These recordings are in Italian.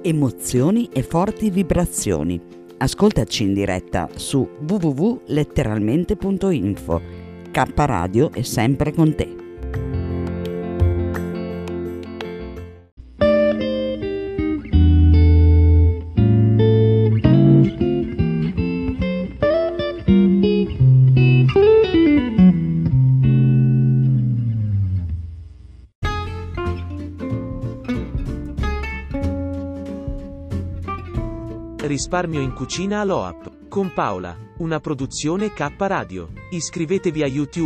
emozioni e forti vibrazioni. Ascoltaci in diretta su www.letteralmente.info. K Radio è sempre con te. Risparmio in cucina Aloap. Con Paola. Una produzione K Radio. Iscrivetevi a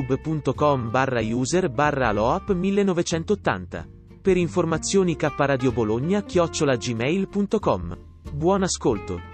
youtube.com/user/Aloap 1980. Per informazioni kradiobologna@gmail.com. Buon ascolto.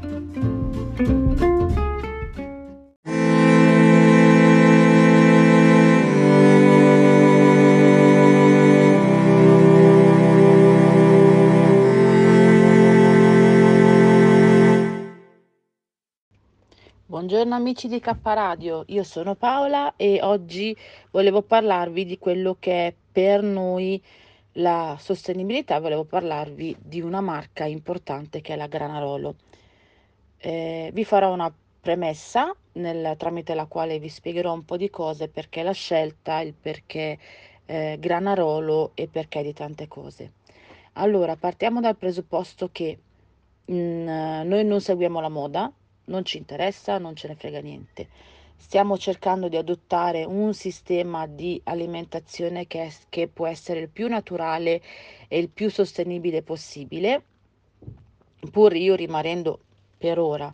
Buongiorno amici di K Radio, io sono Paola e oggi volevo parlarvi di quello che è per noi la sostenibilità. Volevo parlarvi di una marca importante che è la Granarolo. Vi farò una premessa tramite la quale vi spiegherò un po' di cose, perché la scelta, il perché Granarolo e perché di tante cose. Allora, partiamo dal presupposto che noi non seguiamo la moda, non ci interessa, non ce ne frega niente. Stiamo cercando di adottare un sistema di alimentazione che può essere il più naturale e il più sostenibile possibile, pur io rimanendo per ora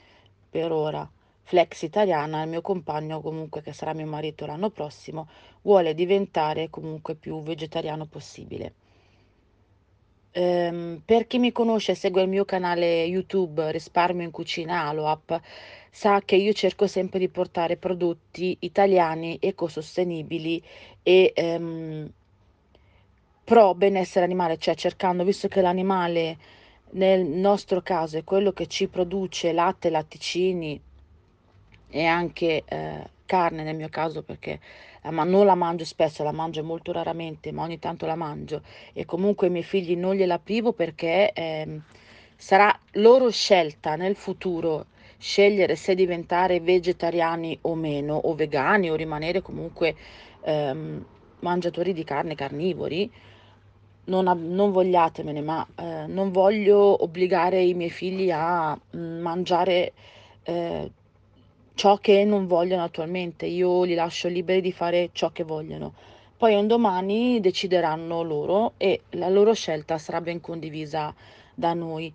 flex italiana. Il mio compagno, comunque, che sarà mio marito l'anno prossimo, vuole diventare comunque più vegetariano possibile. Per chi mi conosce e segue il mio canale YouTube Risparmio in Cucina Aloap, sa che io cerco sempre di portare prodotti italiani, ecosostenibili e pro benessere animale, cioè cercando, visto che l'animale nel nostro caso è quello che ci produce latte, latticini e anche carne nel mio caso, perché non la mangio spesso, la mangio molto raramente, ma ogni tanto la mangio, e comunque ai miei figli non gliela privo, perché sarà loro scelta nel futuro scegliere se diventare vegetariani o meno, o vegani, o rimanere comunque mangiatori di carne, carnivori. Non vogliatemene, ma non voglio obbligare i miei figli a mangiare eh, ciò che non vogliono attualmente. Io li lascio liberi di fare ciò che vogliono. Poi un domani decideranno loro e la loro scelta sarà ben condivisa da noi.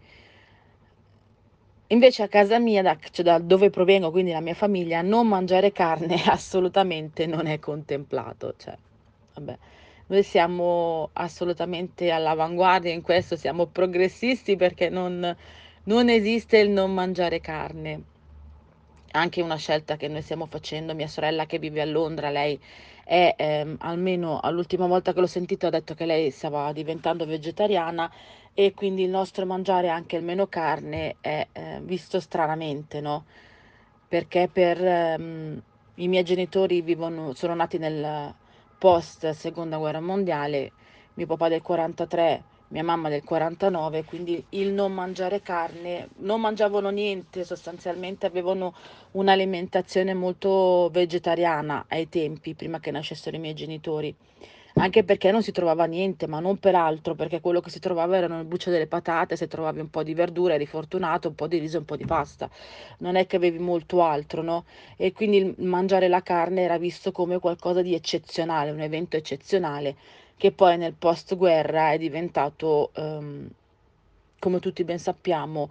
Invece a casa mia, cioè da dove provengo, quindi la mia famiglia, non mangiare carne assolutamente non è contemplato. Cioè, vabbè, noi siamo assolutamente all'avanguardia in questo, siamo progressisti, perché non esiste il non mangiare carne. Anche una scelta che noi stiamo facendo. Mia sorella, che vive a Londra, lei è, almeno all'ultima volta che l'ho sentita, ha detto che lei stava diventando vegetariana, e quindi il nostro mangiare anche il meno carne è visto stranamente, no? Perché i miei genitori sono nati nel post seconda guerra mondiale, mio papà del 43, mia mamma del 49, quindi il non mangiare carne, non mangiavano niente sostanzialmente, avevano un'alimentazione molto vegetariana ai tempi, prima che nascessero i miei genitori. Anche perché non si trovava niente, ma non per altro, perché quello che si trovava erano le bucce delle patate, se trovavi un po' di verdura eri fortunato, un po' di riso, un po' di pasta. Non è che avevi molto altro, no? E quindi il mangiare la carne era visto come qualcosa di eccezionale, un evento eccezionale, che poi nel post-guerra è diventato, come tutti ben sappiamo,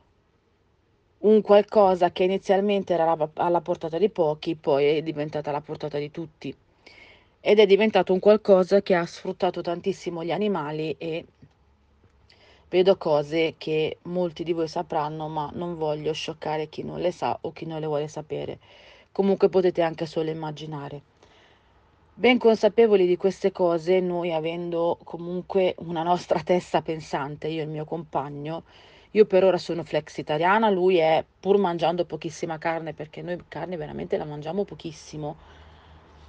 un qualcosa che inizialmente era alla portata di pochi, poi è diventata alla portata di tutti. Ed è diventato un qualcosa che ha sfruttato tantissimo gli animali, e vedo cose che molti di voi sapranno, ma non voglio scioccare chi non le sa o chi non le vuole sapere. Comunque potete anche solo immaginare. Ben consapevoli di queste cose, noi, avendo comunque una nostra testa pensante, io e il mio compagno, io per ora sono flexitariana, lui è, pur mangiando pochissima carne, perché noi carne veramente la mangiamo pochissimo.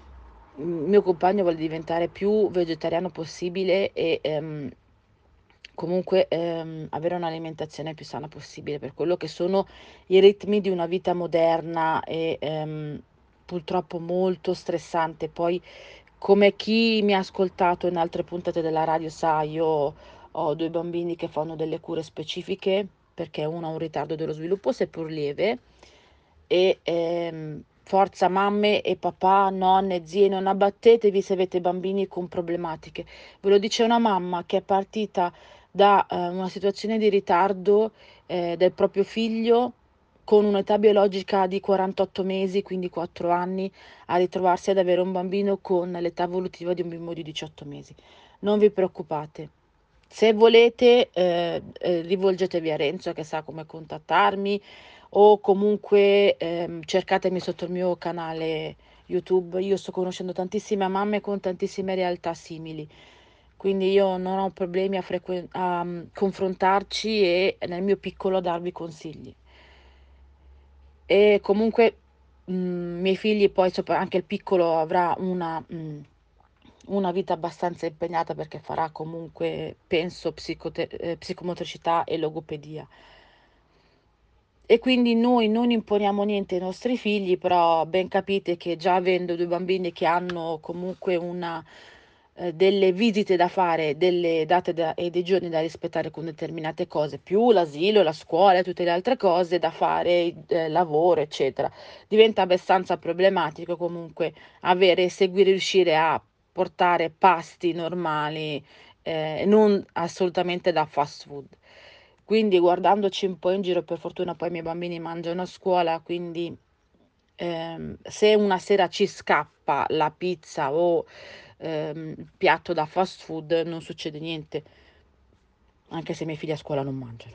Il mio compagno vuole diventare più vegetariano possibile, e comunque avere un'alimentazione più sana possibile per quello che sono i ritmi di una vita moderna e purtroppo molto stressante. Poi, come chi mi ha ascoltato in altre puntate della radio sa, io ho due bambini che fanno delle cure specifiche perché uno ha un ritardo dello sviluppo, seppur lieve, e forza mamme e papà, nonne, zie, non abbattetevi se avete bambini con problematiche. Ve lo dice una mamma che è partita da una situazione di ritardo del proprio figlio con un'età biologica di 48 mesi, quindi 4 anni, a ritrovarsi ad avere un bambino con l'età evolutiva di un bimbo di 18 mesi. Non vi preoccupate. Se volete, rivolgetevi a Renzo che sa come contattarmi o comunque cercatemi sotto il mio canale YouTube. Io sto conoscendo tantissime mamme con tantissime realtà simili, quindi io non ho problemi a confrontarci e nel mio piccolo darvi consigli. E comunque miei figli poi, anche il piccolo avrà una vita abbastanza impegnata perché farà comunque, penso, psicomotricità e logopedia. E quindi noi non imponiamo niente ai nostri figli, però ben capite che già avendo due bambini che hanno comunque delle visite da fare, delle date e dei giorni da rispettare con determinate cose, più l'asilo, la scuola e tutte le altre cose da fare, lavoro, eccetera, diventa abbastanza problematico comunque seguire, riuscire a portare pasti normali, non assolutamente da fast food. Quindi guardandoci un po' in giro, per fortuna poi i miei bambini mangiano a scuola, quindi se una sera ci scappa la pizza o il piatto da fast food non succede niente, anche se i miei figli a scuola non mangiano.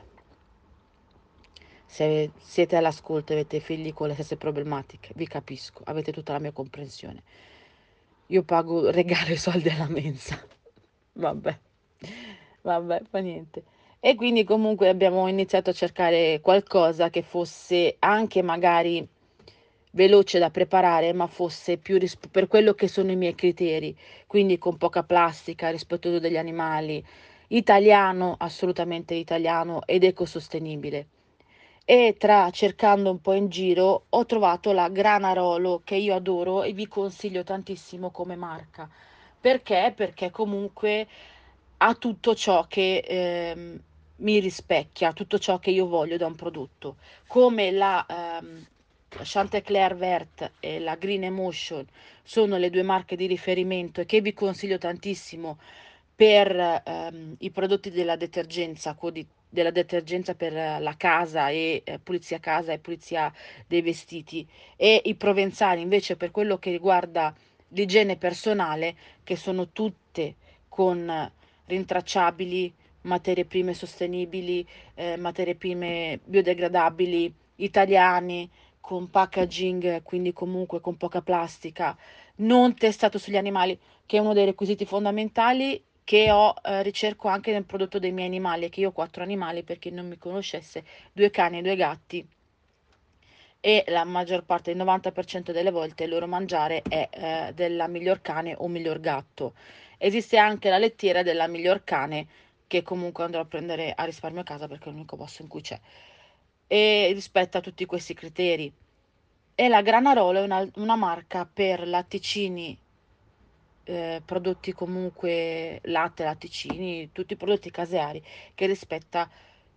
Se siete all'ascolto e avete figli con le stesse problematiche, vi capisco, avete tutta la mia comprensione. Io pago, regalo i soldi alla mensa. Vabbè, vabbè, fa niente. E quindi comunque abbiamo iniziato a cercare qualcosa che fosse anche magari veloce da preparare, ma fosse più per quello che sono i miei criteri, quindi con poca plastica, rispettoso degli animali, italiano, assolutamente italiano ed ecosostenibile. E cercando un po' in giro ho trovato la Granarolo che io adoro e vi consiglio tantissimo come marca. Perché? Perché comunque ha tutto ciò che mi rispecchia, tutto ciò che io voglio da un prodotto, come la Chanticleer Vert e la Green Emotion sono le due marche di riferimento e che vi consiglio tantissimo per i prodotti della detergenza per la casa e pulizia casa e pulizia dei vestiti, e i provenzali invece per quello che riguarda l'igiene personale, che sono tutte con rintracciabili, materie prime sostenibili, materie prime biodegradabili, italiani, con packaging, quindi comunque con poca plastica, non testato sugli animali, che è uno dei requisiti fondamentali che ricerco anche nel prodotto dei miei animali, che io ho 4 animali, per chi non mi conoscesse, 2 cani e 2 gatti, e la maggior parte, il 90% delle volte, il loro mangiare è della miglior cane o miglior gatto. Esiste anche la lettiera della miglior cane, che comunque andrò a prendere a risparmio a casa perché è l'unico posto in cui c'è, e rispetta tutti questi criteri. E la Granarolo è una marca per latticini, prodotti comunque latte, latticini, tutti i prodotti caseari, che rispetta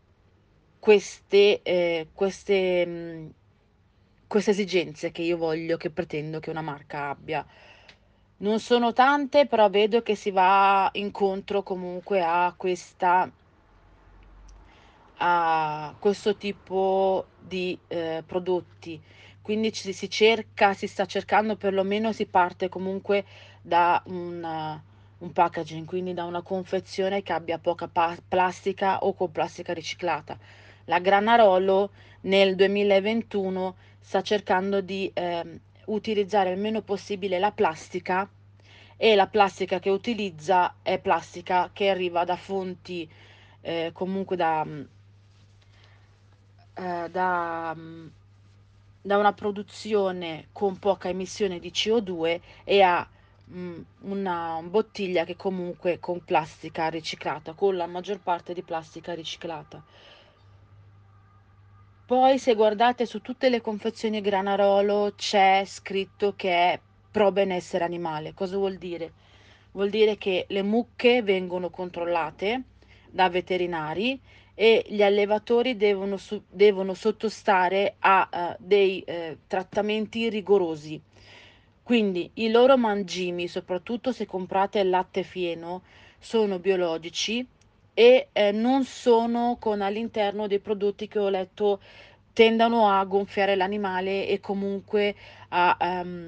queste esigenze che io voglio, che pretendo che una marca abbia. Non sono tante, però vedo che si va incontro comunque a questo tipo di prodotti. Quindi si sta cercando, perlomeno si parte comunque da un packaging, quindi da una confezione che abbia poca plastica o con plastica riciclata. La Granarolo nel 2021 sta cercando di utilizzare il meno possibile la plastica, e la plastica che utilizza è plastica che arriva da fonti comunque eh, da, mm, da una produzione con poca emissione di CO2 e ha una bottiglia che comunque con plastica riciclata, con la maggior parte di plastica riciclata. Poi se guardate su tutte le confezioni Granarolo c'è scritto che è pro benessere animale. Cosa vuol dire? Vuol dire che le mucche vengono controllate da veterinari e gli allevatori devono sottostare a dei trattamenti rigorosi. Quindi i loro mangimi, soprattutto se comprate il latte fieno, sono biologici e non sono con all'interno dei prodotti che ho letto tendono a gonfiare l'animale e comunque a,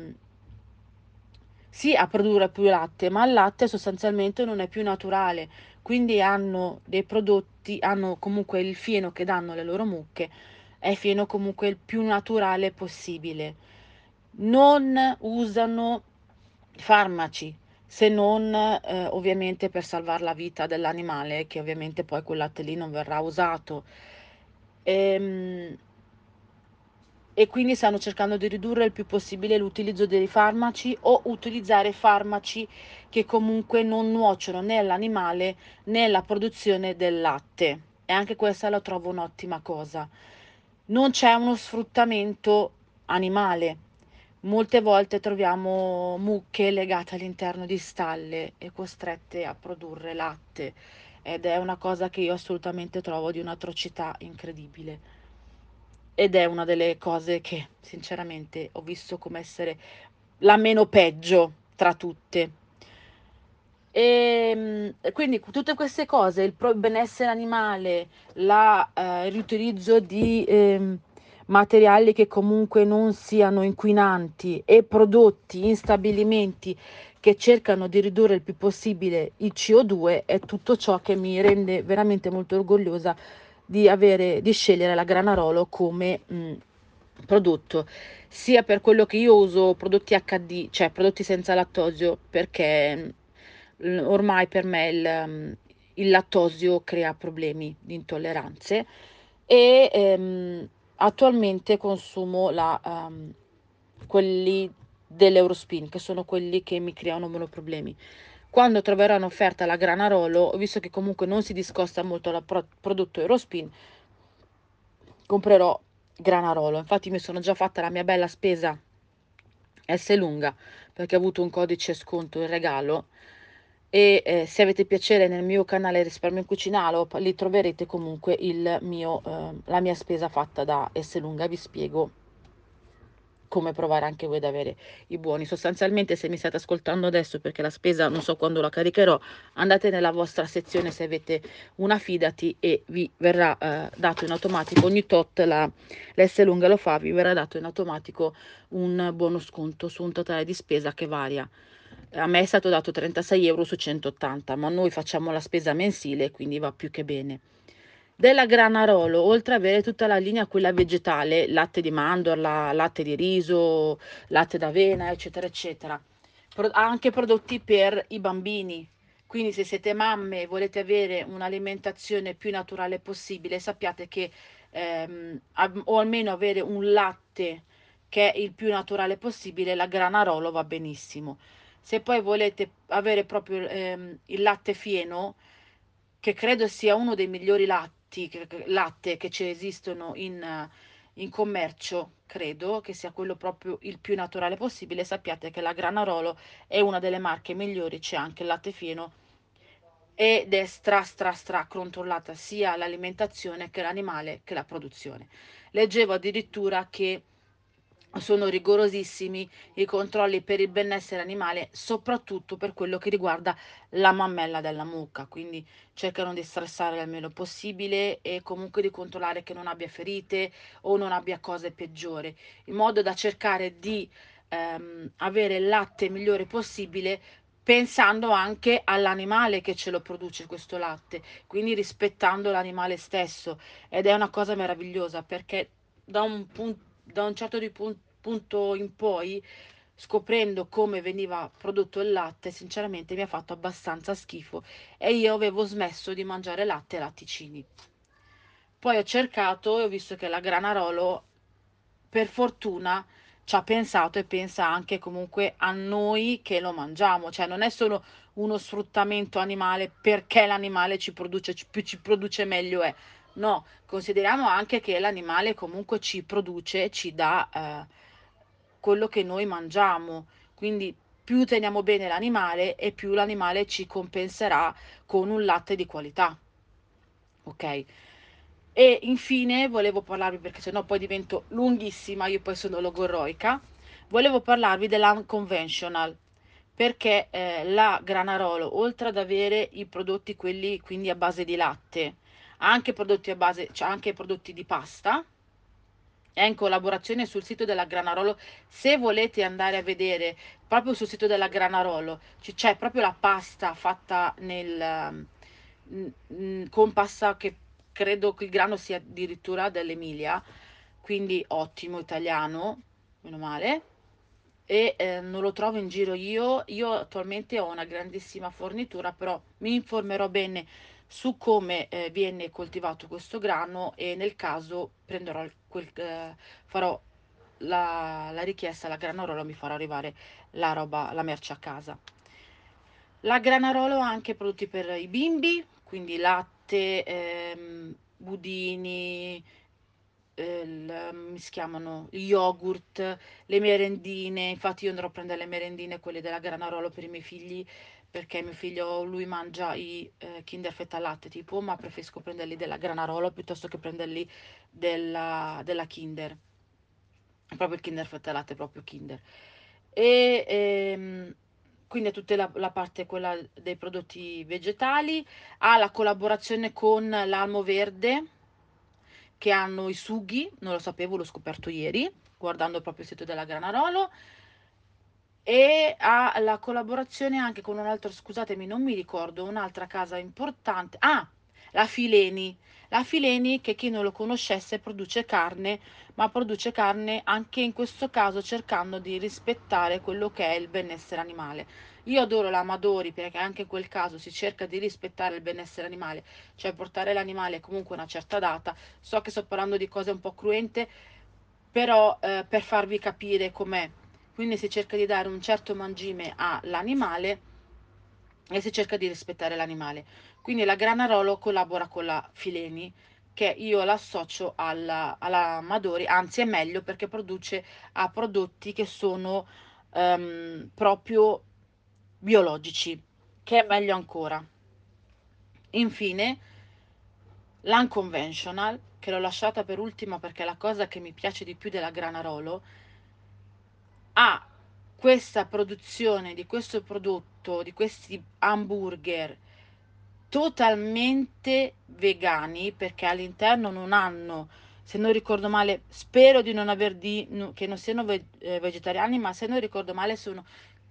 sì, a produrre più latte, ma il latte sostanzialmente non è più naturale, quindi hanno dei prodotti, hanno comunque il fieno che danno le loro mucche, è fieno comunque il più naturale possibile. Non usano farmaci, se non ovviamente per salvare la vita dell'animale, che ovviamente poi quel latte lì non verrà usato. Ehm, e quindi stanno cercando di ridurre il più possibile l'utilizzo dei farmaci o utilizzare farmaci che comunque non nuociono né all'animale né alla produzione del latte. E anche questa la trovo un'ottima cosa. Non c'è uno sfruttamento animale. Molte volte troviamo mucche legate all'interno di stalle e costrette a produrre latte ed è una cosa che io assolutamente trovo di un'atrocità incredibile. Ed è una delle cose che sinceramente ho visto come essere la meno peggio tra tutte. Quindi tutte queste cose, il benessere animale, il riutilizzo di materiali che comunque non siano inquinanti e prodotti in stabilimenti che cercano di ridurre il più possibile il CO2 è tutto ciò che mi rende veramente molto orgogliosa di scegliere la Granarolo come prodotto, sia per quello che io uso prodotti HD, cioè prodotti senza lattosio, perché ormai per me il lattosio crea problemi di intolleranze e attualmente consumo quelli dell'Eurospin, che sono quelli che mi creano meno problemi. Quando troverò in offerta la Granarolo, visto che comunque non si discosta molto dal prodotto Eurospin, comprerò Granarolo. Infatti mi sono già fatta la mia bella spesa S lunga perché ho avuto un codice sconto in regalo e se avete piacere nel mio canale Risparmio in Cucinalo lì troverete comunque la mia spesa fatta da S lunga. Vi spiego come provare anche voi ad avere i buoni. Sostanzialmente, se mi state ascoltando adesso, perché la spesa non so quando la caricherò, andate nella vostra sezione se avete una Fidati e vi verrà dato in automatico ogni tot, l'S lunga lo fa, vi verrà dato in automatico un buono sconto su un totale di spesa che varia. A me è stato dato 36 euro su 180, ma noi facciamo la spesa mensile, quindi va più che bene. Della Granarolo, oltre ad avere tutta la linea quella vegetale, latte di mandorla, latte di riso, latte d'avena, eccetera, eccetera, ha anche prodotti per i bambini. Quindi se siete mamme e volete avere un'alimentazione più naturale possibile, sappiate che o almeno avere un latte che è il più naturale possibile, la Granarolo va benissimo. Se poi volete avere proprio il latte fieno, che credo sia uno dei migliori latte che ci esistono in commercio, credo che sia quello proprio il più naturale possibile, sappiate che la Granarolo è una delle marche migliori, c'è anche il latte fieno ed è stra controllata sia l'alimentazione che l'animale che la produzione. Leggevo addirittura che sono rigorosissimi i controlli per il benessere animale, soprattutto per quello che riguarda la mammella della mucca, quindi cercano di stressare il meno possibile e comunque di controllare che non abbia ferite o non abbia cose peggiori, in modo da cercare di avere il latte migliore possibile pensando anche all'animale che ce lo produce questo latte, quindi rispettando l'animale stesso ed è una cosa meravigliosa perché da un certo punto in poi, scoprendo come veniva prodotto il latte, sinceramente mi ha fatto abbastanza schifo e io avevo smesso di mangiare latte e latticini. Poi ho cercato e ho visto che la Granarolo, per fortuna, ci ha pensato e pensa anche comunque a noi che lo mangiamo, cioè non è solo uno sfruttamento animale perché l'animale ci produce, più ci produce meglio è. No, consideriamo anche che l'animale comunque ci produce, ci dà quello che noi mangiamo, quindi più teniamo bene l'animale e più l'animale ci compenserà con un latte di qualità. Ok? E infine volevo parlarvi, perché sennò poi divento lunghissima, io poi sono logorroica, volevo parlarvi dell'unconventional, perché la Granarolo, oltre ad avere i prodotti quelli quindi a base di latte, ha anche prodotti a base, cioè anche prodotti di pasta, è in collaborazione sul sito della Granarolo. Se volete andare a vedere proprio sul sito della Granarolo, c'è proprio la pasta fatta con pasta che credo che il grano sia addirittura dell'Emilia, quindi ottimo italiano, meno male. E non lo trovo in giro io attualmente ho una grandissima fornitura, però mi informerò bene su come viene coltivato questo grano e nel caso prenderò farò la richiesta alla Granarolo, mi farà arrivare la roba, la merce a casa. La Granarolo ha anche prodotti per i bimbi, quindi latte, budini, si chiamano gli yogurt, le merendine. Infatti io andrò a prendere le merendine, quelle della Granarolo per i miei figli, perché mio figlio lui mangia i Kinder Fetta al latte tipo, ma preferisco prenderli della Granarolo piuttosto che prenderli della Kinder, proprio il Kinder Fetta al latte, proprio Kinder. E quindi è tutta la parte quella dei prodotti vegetali, ha la collaborazione con l'Almo Verde, che hanno i sughi, non lo sapevo, l'ho scoperto ieri, guardando proprio il sito della Granarolo, e ha la collaborazione anche con un altro, scusatemi, non mi ricordo, un'altra casa importante. Ah, la Fileni. La Fileni, che chi non lo conoscesse, produce carne, ma produce carne anche in questo caso cercando di rispettare quello che è il benessere animale. Io adoro l'Amadori perché anche in quel caso si cerca di rispettare il benessere animale, cioè portare l'animale comunque a una certa data. So che sto parlando di cose un po' cruente, però per farvi capire com'è. Quindi si cerca di dare un certo mangime all'animale e si cerca di rispettare l'animale. Quindi la Granarolo collabora con la Fileni, che io l'associo alla Madori, anzi è meglio perché produce a prodotti che sono proprio biologici, che è meglio ancora. Infine, l'unconventional, che l'ho lasciata per ultima perché è la cosa che mi piace di più della Granarolo, ha questa produzione di questo prodotto, di questi hamburger totalmente vegani, perché all'interno non hanno, se non ricordo male, spero di non aver che non siano vegetariani, ma se non ricordo male sono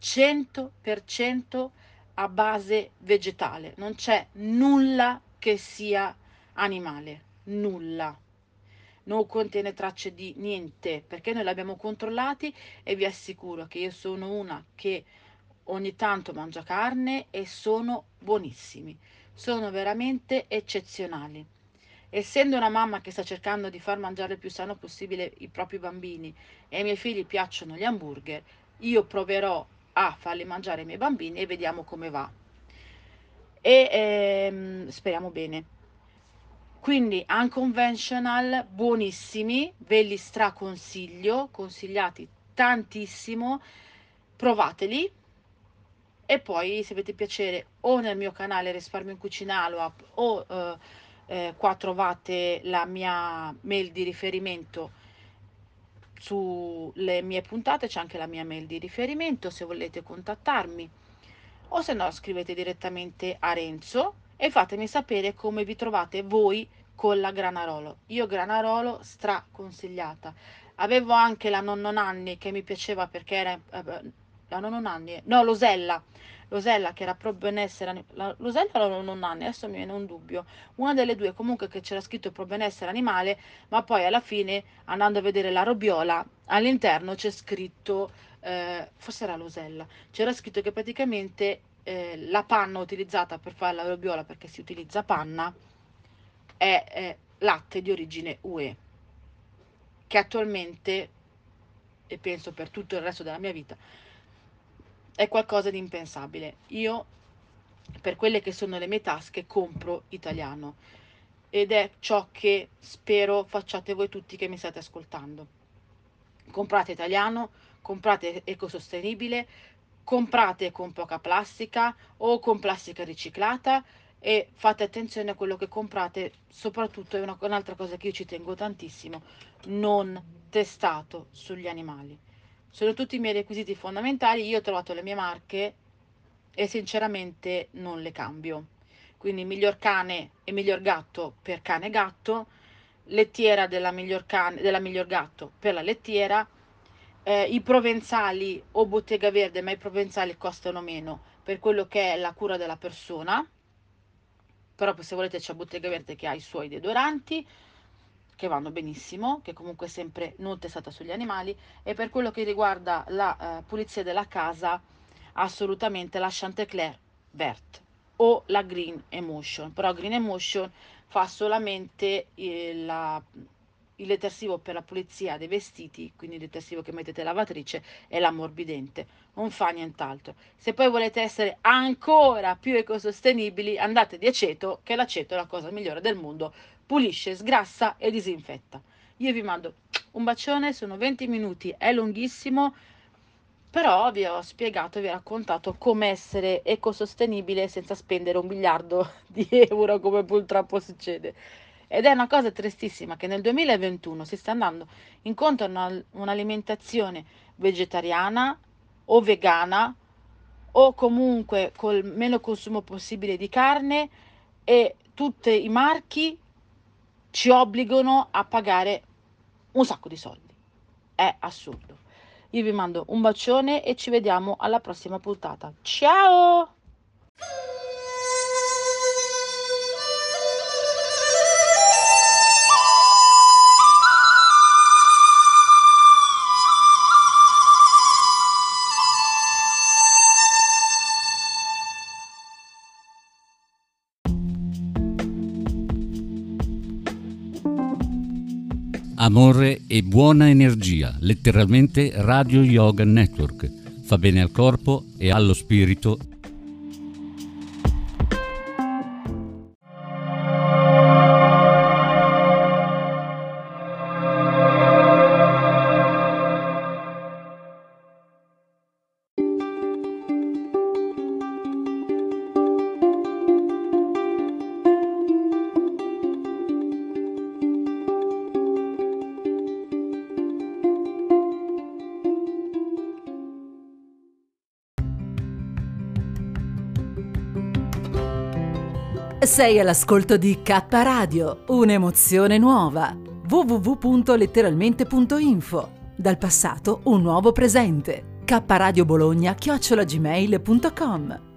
100% a base vegetale, non c'è nulla che sia animale, nulla, non contiene tracce di niente, perché noi l'abbiamo controllati e vi assicuro che io sono una che ogni tanto mangia carne e sono buonissimi, sono veramente eccezionali. Essendo una mamma che sta cercando di far mangiare il più sano possibile i propri bambini e ai miei figli piacciono gli hamburger, io proverò a farli mangiare ai miei bambini e vediamo come va. E speriamo bene. Quindi unconventional, buonissimi, ve li straconsiglio, consigliati tantissimo, provateli e poi se avete piacere o nel mio canale Risparmio in Cucina Aloap o qua trovate la mia mail di riferimento sulle mie puntate, c'è anche la mia mail di riferimento se volete contattarmi o se no scrivete direttamente a Renzo e fatemi sapere come vi trovate voi con la Granarolo. Io Granarolo straconsigliata. Avevo anche la nonno Nanni che mi piaceva perché era la nonno Nanni, no, Rosella che era pro benessere, Rosella o la nonno Nanni, adesso mi viene un dubbio, una delle due comunque che c'era scritto pro benessere animale, ma poi alla fine andando a vedere la robiola all'interno c'è scritto forse era Rosella, c'era scritto che praticamente la panna utilizzata per fare la robiola, perché si utilizza panna, è latte di origine UE, che attualmente e penso per tutto il resto della mia vita, è qualcosa di impensabile. Io, per quelle che sono le mie tasche, compro italiano, ed è ciò che spero facciate voi tutti che mi state ascoltando. Comprate italiano, comprate ecosostenibile, comprate con poca plastica o con plastica riciclata, e fate attenzione a quello che comprate. Soprattutto è un'altra cosa che io ci tengo tantissimo: non testato sugli animali. Sono tutti i miei requisiti fondamentali. Io ho trovato le mie marche e sinceramente non le cambio. Quindi miglior cane e miglior gatto per cane e gatto, lettiera della miglior gatto per la lettiera, i provenzali o bottega verde, ma i provenzali costano meno per quello che è la cura della persona. Però se volete c'è bottega verde che ha i suoi deodoranti che vanno benissimo, che comunque è sempre non testata sugli animali. E per quello che riguarda la pulizia della casa, assolutamente la Chanticleer Vert o la Green Emotion. Però Green Emotion fa solamente il detersivo per la pulizia dei vestiti, quindi il detersivo che mettete in lavatrice, è l'ammorbidente, non fa nient'altro. Se poi volete essere ancora più ecosostenibili, andate di aceto, che l'aceto è la cosa migliore del mondo, pulisce, sgrassa e disinfetta. Io vi mando un bacione, sono 20 minuti, è lunghissimo, però vi ho spiegato, vi ho raccontato come essere ecosostenibile senza spendere 1 miliardo di euro come purtroppo succede. Ed è una cosa tristissima che nel 2021 si sta andando incontro a un'alimentazione vegetariana o vegana, o comunque col meno consumo possibile di carne, e tutti i marchi ci obbligano a pagare un sacco di soldi. È assurdo. Io vi mando un bacione e ci vediamo alla prossima puntata. Ciao! Amore e buona energia, letteralmente Radio Yoga Network. Fa bene al corpo e allo spirito. Sei all'ascolto di K Radio, un'emozione nuova. www.letteralmente.info. Dal passato un nuovo presente. kradiobologna@gmail.com.